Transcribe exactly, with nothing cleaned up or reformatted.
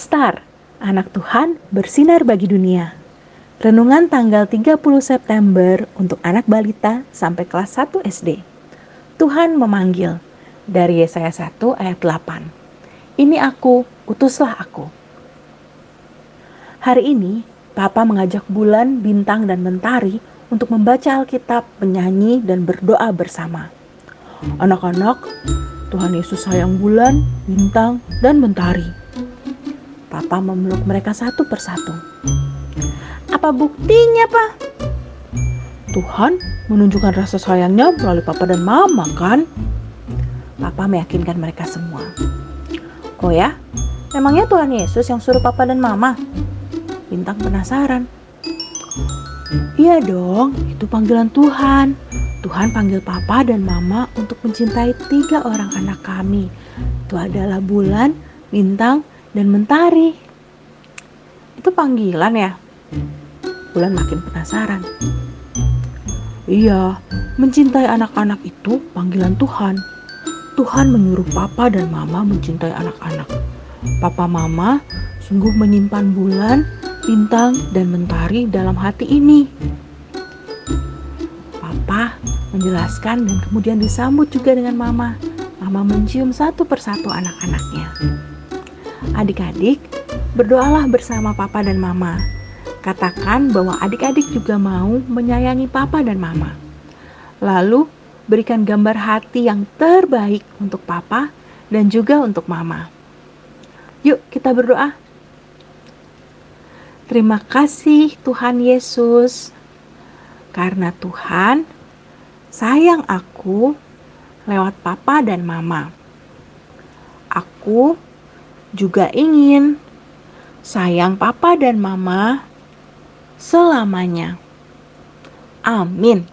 Star, anak Tuhan bersinar bagi dunia. Renungan tanggal tiga puluh September untuk anak balita sampai kelas satu S D. Tuhan memanggil dari Yesaya satu ayat delapan. Ini aku, utuslah aku. Hari ini, Papa mengajak bulan, bintang, dan mentari untuk membaca Alkitab, menyanyi, dan berdoa bersama. Anak-anak, Tuhan Yesus sayang bulan, bintang, dan mentari. Papa memeluk mereka satu persatu. Apa buktinya, Pak? Tuhan menunjukkan rasa sayangnya melalui Papa dan Mama, kan? Papa meyakinkan mereka semua. Oh ya? Memangnya Tuhan Yesus yang suruh Papa dan Mama? Bintang penasaran. Iya dong, itu panggilan Tuhan. Tuhan panggil Papa dan Mama untuk mencintai tiga orang anak kami. Itu adalah bulan, bintang, dan mentari. Itu panggilan ya? Bulan makin penasaran. Iya, mencintai anak-anak itu panggilan Tuhan. Tuhan menyuruh Papa dan Mama mencintai anak-anak. Papa Mama sungguh menyimpan bulan, bintang, dan mentari dalam hati ini. Papa menjelaskan dan kemudian disambut juga dengan Mama. Mama mencium satu persatu anak-anaknya. Adik-adik, berdoalah bersama Papa dan Mama. Katakan bahwa adik-adik juga mau menyayangi Papa dan Mama. Lalu, berikan gambar hati yang terbaik untuk Papa dan juga untuk Mama. Yuk, kita berdoa. Terima kasih Tuhan Yesus, karena Tuhan sayang aku lewat Papa dan Mama. Aku juga ingin sayang Papa dan Mama selamanya. Amin.